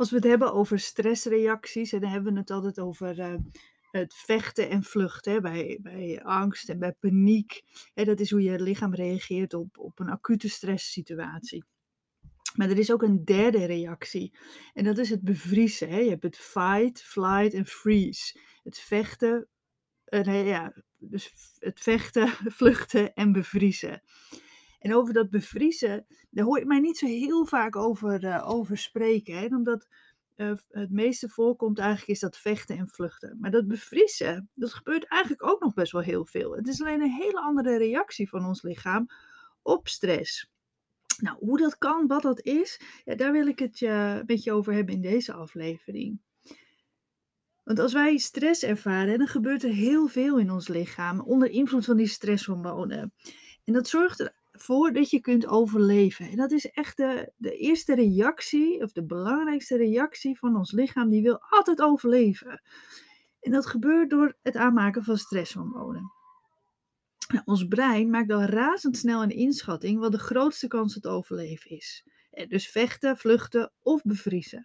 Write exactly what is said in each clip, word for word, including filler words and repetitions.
Als we het hebben over stressreacties, en dan hebben we het altijd over eh, het vechten en vluchten, hè, bij, bij angst en bij paniek. Hè, dat is hoe je lichaam reageert op, op een acute stresssituatie. Maar er is ook een derde reactie. En dat is het bevriezen. Hè. Je hebt het fight, flight en freeze. Het vechten, eh, nee, ja, dus het vechten, vluchten en bevriezen. En over dat bevriezen, daar hoor je mij niet zo heel vaak over, eh, over spreken. Hè? Omdat eh, het meeste voorkomt eigenlijk is dat vechten en vluchten. Maar dat bevriezen, dat gebeurt eigenlijk ook nog best wel heel veel. Het is alleen een hele andere reactie van ons lichaam op stress. Nou, hoe dat kan, wat dat is, ja, daar wil ik het je, met je over hebben in deze aflevering. Want als wij stress ervaren, dan gebeurt er heel veel in ons lichaam onder invloed van die stresshormonen. En dat zorgt ervoor dat je kunt overleven. En dat is echt de, de eerste reactie, of de belangrijkste reactie van ons lichaam, die wil altijd overleven. En dat gebeurt door het aanmaken van stresshormonen. Nou, ons brein maakt dan razendsnel een inschatting wat de grootste kans op overleven is. En dus vechten, vluchten of bevriezen.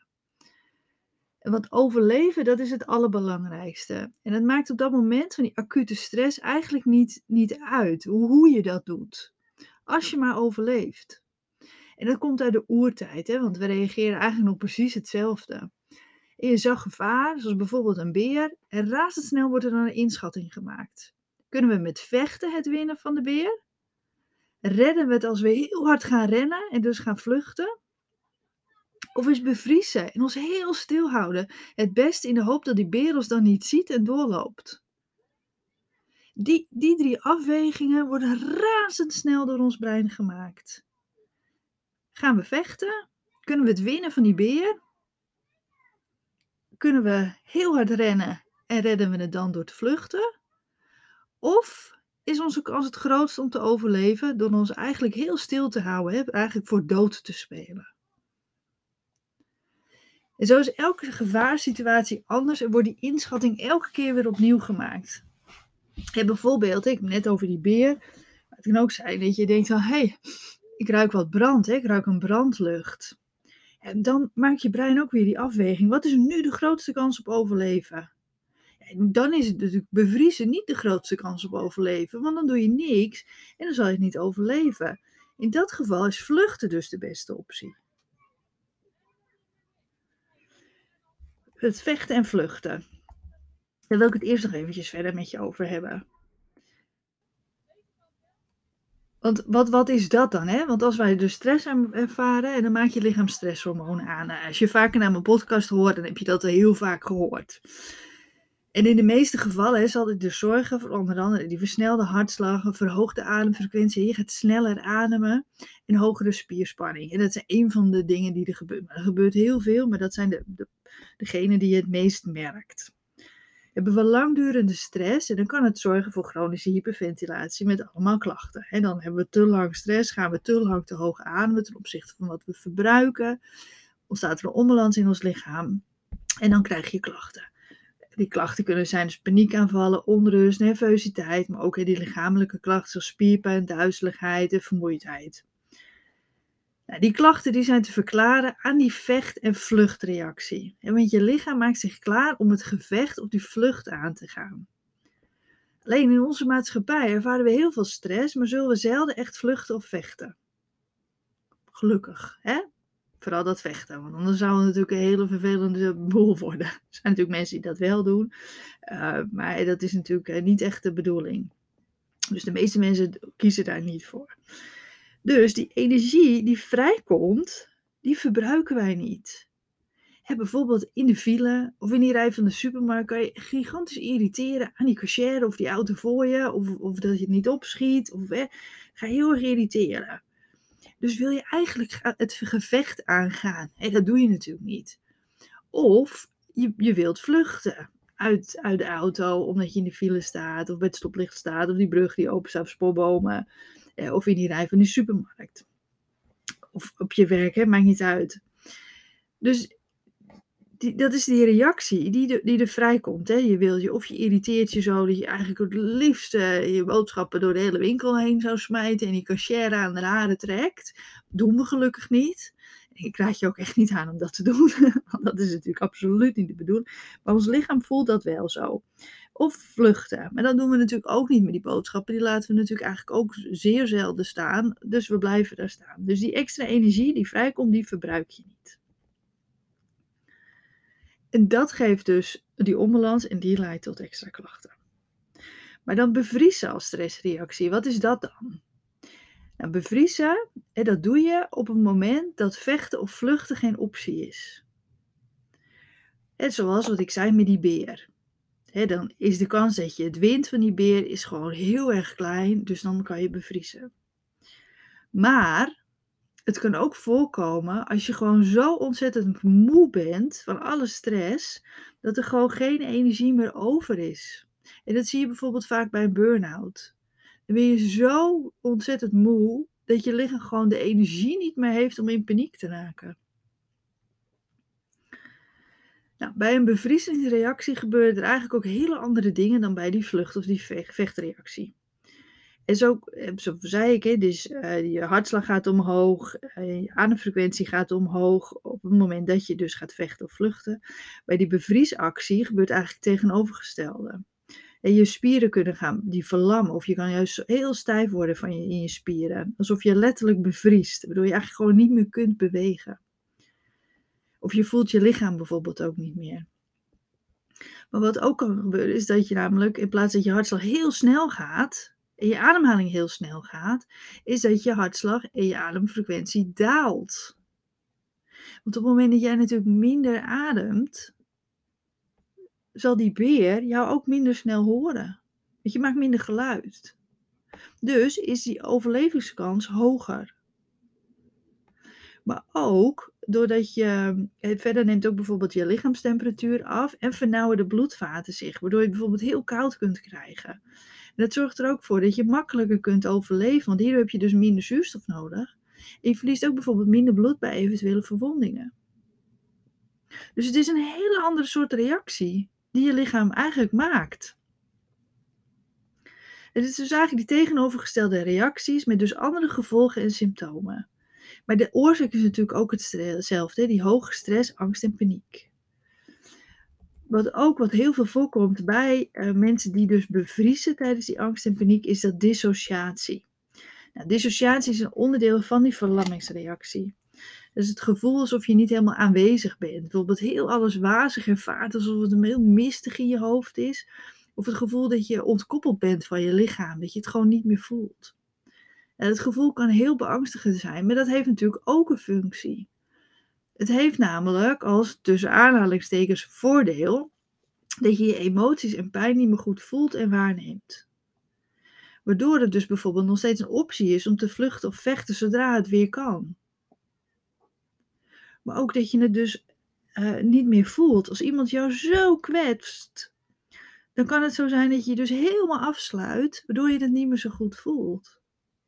Want overleven, dat is het allerbelangrijkste. En het maakt op dat moment van die acute stress eigenlijk niet, niet uit hoe, hoe je dat doet. Als je maar overleeft. En dat komt uit de oertijd, hè, want we reageren eigenlijk nog precies hetzelfde. En je zag gevaar, zoals bijvoorbeeld een beer, en razendsnel wordt er dan een inschatting gemaakt. Kunnen we met vechten het winnen van de beer? Redden we het als we heel hard gaan rennen en dus gaan vluchten? Of is bevriezen en ons heel stil houden het beste in de hoop dat die beer ons dan niet ziet en doorloopt? Die, die drie afwegingen worden razendsnel door ons brein gemaakt. Gaan we vechten? Kunnen we het winnen van die beer? Kunnen we heel hard rennen en redden we het dan door te vluchten? Of is onze kans het grootst om te overleven door ons eigenlijk heel stil te houden, hè? Eigenlijk voor dood te spelen? En zo is elke gevaarsituatie anders en wordt die inschatting elke keer weer opnieuw gemaakt. En bijvoorbeeld, ik heb het net over die beer. Het kan ook zijn dat je denkt van, hé, hey, ik ruik wat brand, hè? Ik ruik een brandlucht. En dan maakt je brein ook weer die afweging. Wat is nu de grootste kans op overleven? En dan is het natuurlijk bevriezen niet de grootste kans op overleven, want dan doe je niks en dan zal je het niet overleven. In dat geval is vluchten dus de beste optie. Het vechten en vluchten. Daar wil ik het eerst nog eventjes verder met je over hebben. Want wat, wat is dat dan? Hè? Want als wij dus stress ervaren, en dan maakt je lichaam stresshormonen aan. Nou, als je vaker naar mijn podcast hoort, dan heb je dat al heel vaak gehoord. En in de meeste gevallen hè, zal dit dus zorgen voor onder andere die versnelde hartslag, een verhoogde ademfrequentie. Je gaat sneller ademen en hogere spierspanning. En dat is een van de dingen die er gebeuren. Er gebeurt heel veel, maar dat zijn de, de, degenen die je het meest merkt. Hebben we langdurende stress en dan kan het zorgen voor chronische hyperventilatie met allemaal klachten. En dan hebben we te lang stress, gaan we te lang te hoog ademen ten opzichte van wat we verbruiken. Ontstaat er een onbalans in ons lichaam en dan krijg je klachten. Die klachten kunnen zijn dus paniekaanvallen, onrust, nervositeit, maar ook die lichamelijke klachten zoals spierpijn, duizeligheid en vermoeidheid. Nou, die klachten die zijn te verklaren aan die vecht- en vluchtreactie. En want je lichaam maakt zich klaar om het gevecht of die vlucht aan te gaan. Alleen in onze maatschappij ervaren we heel veel stress, maar zullen we zelden echt vluchten of vechten. Gelukkig, hè? Vooral dat vechten, want anders zou het natuurlijk een hele vervelende boel worden. Er zijn natuurlijk mensen die dat wel doen, uh, maar dat is natuurlijk niet echt de bedoeling. Dus de meeste mensen kiezen daar niet voor. Dus die energie die vrijkomt, die verbruiken wij niet. Hè, bijvoorbeeld in de file of in die rij van de supermarkt kan je gigantisch irriteren aan die cashier of die auto voor je, of, of dat je het niet opschiet. Of, hè, ga je heel erg irriteren. Dus wil je eigenlijk het gevecht aangaan? Hè, dat doe je natuurlijk niet. Of je, je wilt vluchten uit, uit de auto omdat je in de file staat, of bij het stoplicht staat, of die brug die open staat, of spoorbomen. Of in die rij van de supermarkt. Of op je werk, hè, maakt niet uit. Dus die, dat is die reactie die, de, die er vrijkomt. Hè. Je wil je, of je irriteert je zo dat je eigenlijk het liefst uh, je boodschappen door de hele winkel heen zou smijten en die cashier aan de haren trekt. Doen we gelukkig niet. Ik raad je ook echt niet aan om dat te doen, want dat is natuurlijk absoluut niet de bedoeling. Maar ons lichaam voelt dat wel zo. Of vluchten. Maar dat doen we natuurlijk ook niet met die boodschappen. Die laten we natuurlijk eigenlijk ook zeer zelden staan. Dus we blijven daar staan. Dus die extra energie die vrijkomt, die verbruik je niet. En dat geeft dus die onbalans en die leidt tot extra klachten. Maar dan bevriezen als stressreactie, wat is dat dan? Nou, bevriezen, hè, dat doe je op het moment dat vechten of vluchten geen optie is. En zoals wat ik zei met die beer. Hè, dan is de kans dat je het wint van die beer is gewoon heel erg klein, dus dan kan je bevriezen. Maar het kan ook voorkomen als je gewoon zo ontzettend moe bent van alle stress, dat er gewoon geen energie meer over is. En dat zie je bijvoorbeeld vaak bij een burn-out. Dan ben je zo ontzettend moe dat je lichaam gewoon de energie niet meer heeft om in paniek te raken. Nou, bij een bevriezingsreactie gebeuren er eigenlijk ook hele andere dingen dan bij die vlucht- of die ve- vechtreactie. En zo, eh, zo zei ik, hè, dus uh, je hartslag gaat omhoog, uh, je ademfrequentie gaat omhoog op het moment dat je dus gaat vechten of vluchten. Bij die bevriesactie gebeurt eigenlijk het tegenovergestelde. En je spieren kunnen gaan, die verlammen, of je kan juist heel stijf worden van je, in je spieren. Alsof je letterlijk bevriest, waardoor je eigenlijk gewoon niet meer kunt bewegen. Of je voelt je lichaam bijvoorbeeld ook niet meer. Maar wat ook kan gebeuren is dat je namelijk, in plaats dat je hartslag heel snel gaat, en je ademhaling heel snel gaat, is dat je hartslag en je ademfrequentie daalt. Want op het moment dat jij natuurlijk minder ademt, zal die beer jou ook minder snel horen. Want je maakt minder geluid. Dus is die overlevingskans hoger. Maar ook doordat je, verder neemt ook bijvoorbeeld je lichaamstemperatuur af en vernauwen de bloedvaten zich, waardoor je bijvoorbeeld heel koud kunt krijgen. En dat zorgt er ook voor dat je makkelijker kunt overleven, want hierdoor heb je dus minder zuurstof nodig. En je verliest ook bijvoorbeeld minder bloed bij eventuele verwondingen. Dus het is een hele andere soort reactie die je lichaam eigenlijk maakt. Het is dus eigenlijk die tegenovergestelde reacties met dus andere gevolgen en symptomen. Maar de oorzaak is natuurlijk ook hetzelfde, die hoge stress, angst en paniek. Wat ook wat heel veel voorkomt bij uh, mensen die dus bevriezen tijdens die angst en paniek, is dat dissociatie. Nou, dissociatie is een onderdeel van die verlammingsreactie. Dus het gevoel alsof je niet helemaal aanwezig bent. Bijvoorbeeld heel alles wazig ervaart, alsof het heel mistig in je hoofd is. Of het gevoel dat je ontkoppeld bent van je lichaam, dat je het gewoon niet meer voelt. En het gevoel kan heel beangstigend zijn, maar dat heeft natuurlijk ook een functie. Het heeft namelijk als tussen aanhalingstekens voordeel dat je je emoties en pijn niet meer goed voelt en waarneemt. Waardoor het dus bijvoorbeeld nog steeds een optie is om te vluchten of vechten zodra het weer kan. Maar ook dat je het dus uh, niet meer voelt. Als iemand jou zo kwetst, dan kan het zo zijn dat je je dus helemaal afsluit, waardoor je het niet meer zo goed voelt.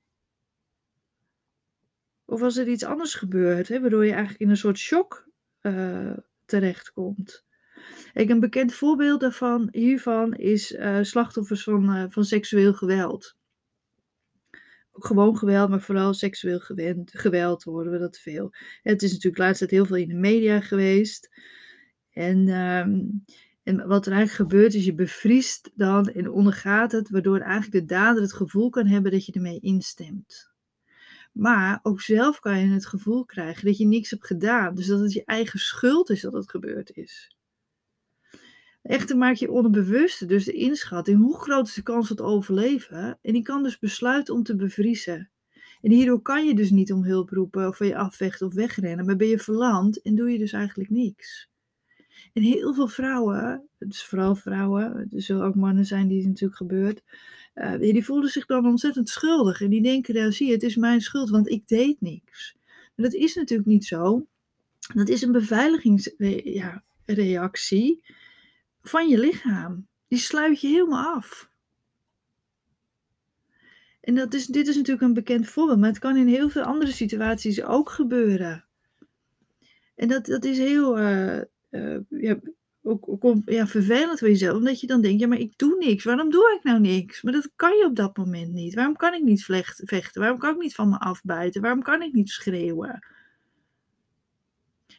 Of als er iets anders gebeurt, hè, waardoor je eigenlijk in een soort shock uh, terechtkomt. Kijk, een bekend voorbeeld daarvan, hiervan is uh, slachtoffers van, uh, van seksueel geweld. Ook gewoon geweld, maar vooral seksueel gewend, geweld horen we dat veel. Het is natuurlijk laatst tijd heel veel in de media geweest. En, um, en wat er eigenlijk gebeurt is, je bevriest dan en ondergaat het, waardoor eigenlijk de dader het gevoel kan hebben dat je ermee instemt. Maar ook zelf kan je het gevoel krijgen dat je niks hebt gedaan. Dus dat het je eigen schuld is dat het gebeurd is. Echter maak je onderbewuste dus de inschatting hoe groot is de kans op overleven. En die kan dus besluiten om te bevriezen. En hierdoor kan je dus niet om hulp roepen of van je afvechten of wegrennen. Maar ben je verlamd en doe je dus eigenlijk niks. En heel veel vrouwen, dus vooral vrouwen, er zullen ook mannen zijn die het natuurlijk gebeurt. Uh, die voelen zich dan ontzettend schuldig. En die denken, nou zie je, het is mijn schuld, want ik deed niks. Maar dat is natuurlijk niet zo. Dat is een beveiligingsreactie van je lichaam. Die sluit je helemaal af. En dat is, dit is natuurlijk een bekend voorbeeld, maar het kan in heel veel andere situaties ook gebeuren. En dat, dat is heel uh, uh, ja, ook, ook, ja, vervelend voor jezelf, omdat je dan denkt, ja, maar ik doe niks. Waarom doe ik nou niks? Maar dat kan je op dat moment niet. Waarom kan ik niet vechten? Waarom kan ik niet van me afbijten? Waarom kan ik niet schreeuwen?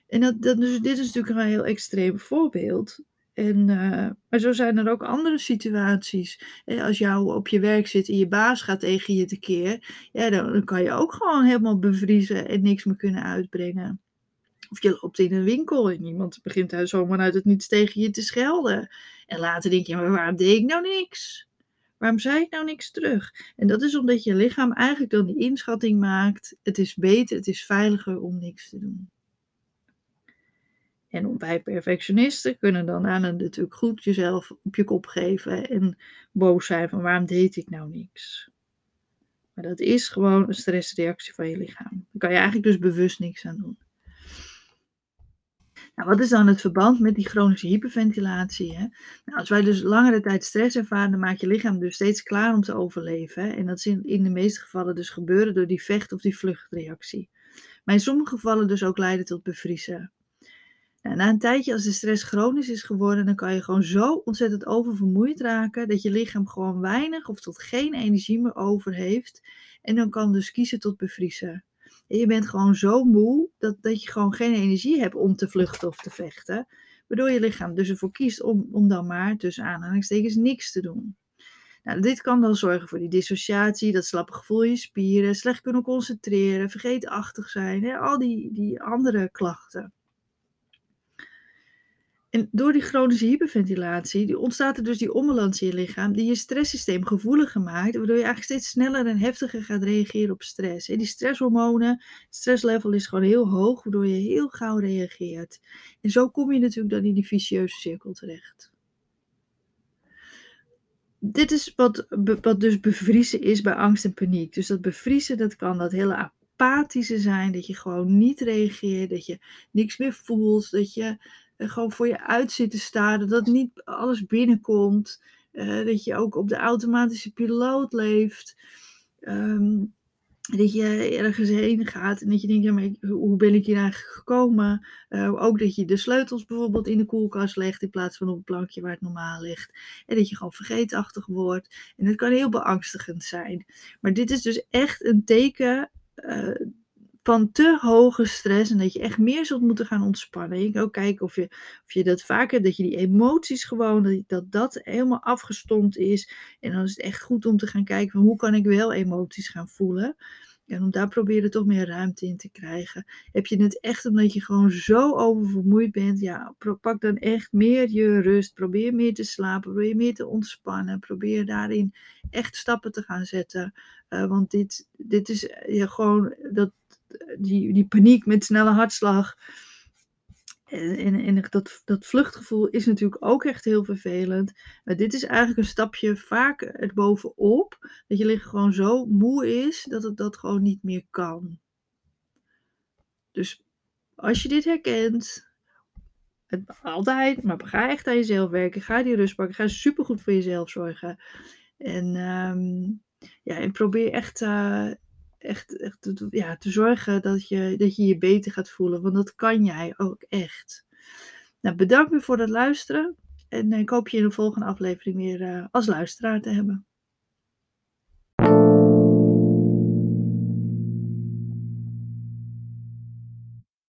En dat dat dus dit is natuurlijk een heel extreem voorbeeld. En, eh, maar zo zijn er ook andere situaties. Hè, als jou op je werk zit en je baas gaat tegen je tekeer, ja, dan dan kan je ook gewoon helemaal bevriezen en niks meer kunnen uitbrengen. Of je loopt in een winkel en iemand begint daar zomaar uit het niets tegen je te schelden. En later denk je: "Maar waarom deed ik nou niks? Waarom zei ik nou niks terug?" En dat is omdat je lichaam eigenlijk dan die inschatting maakt: het is beter, het is veiliger om niks te doen. En wij perfectionisten kunnen dan daarna natuurlijk goed jezelf op je kop geven en boos zijn van: "Waarom deed ik nou niks?" Maar dat is gewoon een stressreactie van je lichaam. Daar kan je eigenlijk dus bewust niks aan doen. Nou, wat is dan het verband met die chronische hyperventilatie, hè? Nou, als wij dus langere tijd stress ervaren, dan maakt je lichaam dus steeds klaar om te overleven, hè. En dat is in in de meeste gevallen dus gebeuren door die vecht of die vluchtreactie. Maar in sommige gevallen dus ook leiden tot bevriezen. Nou, na een tijdje als de stress chronisch is geworden, dan kan je gewoon zo ontzettend oververmoeid raken dat je lichaam gewoon weinig of tot geen energie meer over heeft. En dan kan dus kiezen tot bevriezen. En je bent gewoon zo moe dat, dat je gewoon geen energie hebt om te vluchten of te vechten. Waardoor je lichaam dus ervoor kiest om, om dan maar tussen aanhalingstekens niks te doen. Nou, dit kan dan zorgen voor die dissociatie, dat slappe gevoel in je spieren, slecht kunnen concentreren, vergeetachtig zijn, hè, al die, die andere klachten. En door die chronische hyperventilatie, die ontstaat er dus die onbalans in je lichaam, die je stresssysteem gevoeliger maakt, waardoor je eigenlijk steeds sneller en heftiger gaat reageren op stress. En die stresshormonen, stresslevel is gewoon heel hoog, waardoor je heel gauw reageert. En zo kom je natuurlijk dan in die vicieuze cirkel terecht. Dit is wat, be- wat dus bevriezen is bij angst en paniek. Dus dat bevriezen, dat kan dat hele apathische zijn, dat je gewoon niet reageert, dat je niks meer voelt, dat je eh, gewoon voor je uit zit te staren, dat niet alles binnenkomt, eh, dat je ook op de automatische piloot leeft. Ehm, dat je ergens heen gaat en dat je denkt: "Ja, maar ik hoe ben ik hier eigenlijk gekomen?" Eh, ook dat je de sleutels bijvoorbeeld in de koelkast legt in plaats van op het plankje waar het normaal ligt. En dat je gewoon vergeetachtig wordt. En dat kan heel beangstigend zijn. Maar dit is dus echt een teken, eh, van te hoge stress en dat je echt meer zult moeten gaan ontspannen. Je kan ook kijken of je of je dat vaak hebt, dat je die emoties gewoon dat dat dat helemaal afgestompt is. En dan is het echt goed om te gaan kijken van hoe kan ik wel emoties gaan voelen. En om daar proberen toch meer ruimte in te krijgen. Heb je het echt omdat je gewoon zo oververmoeid bent, ja, pro pak dan echt meer je rust. Probeer meer te slapen, probeer meer te ontspannen. Probeer daarin echt stappen te gaan zetten. Eh, want dit dit is, eh, ja, gewoon dat die die paniek met snelle hartslag en en en dat dat vluchtgevoel is natuurlijk ook echt heel vervelend. Maar dit is eigenlijk een stapje vaak erbovenop, dat je lichaam gewoon zo moe is dat het dat gewoon niet meer kan. Dus als je dit herkent, het altijd, maar ga echt aan jezelf werken. Ga die rust pakken. Ga supergoed voor jezelf zorgen. En, ehm, ja, en probeer echt, eh, echt echt te ja, te zorgen dat je dat je je beter gaat voelen, want dat kan jij ook echt. Nou, bedankt weer voor het luisteren en eh, ik hoop je in de volgende aflevering weer, eh, als luisteraar te hebben.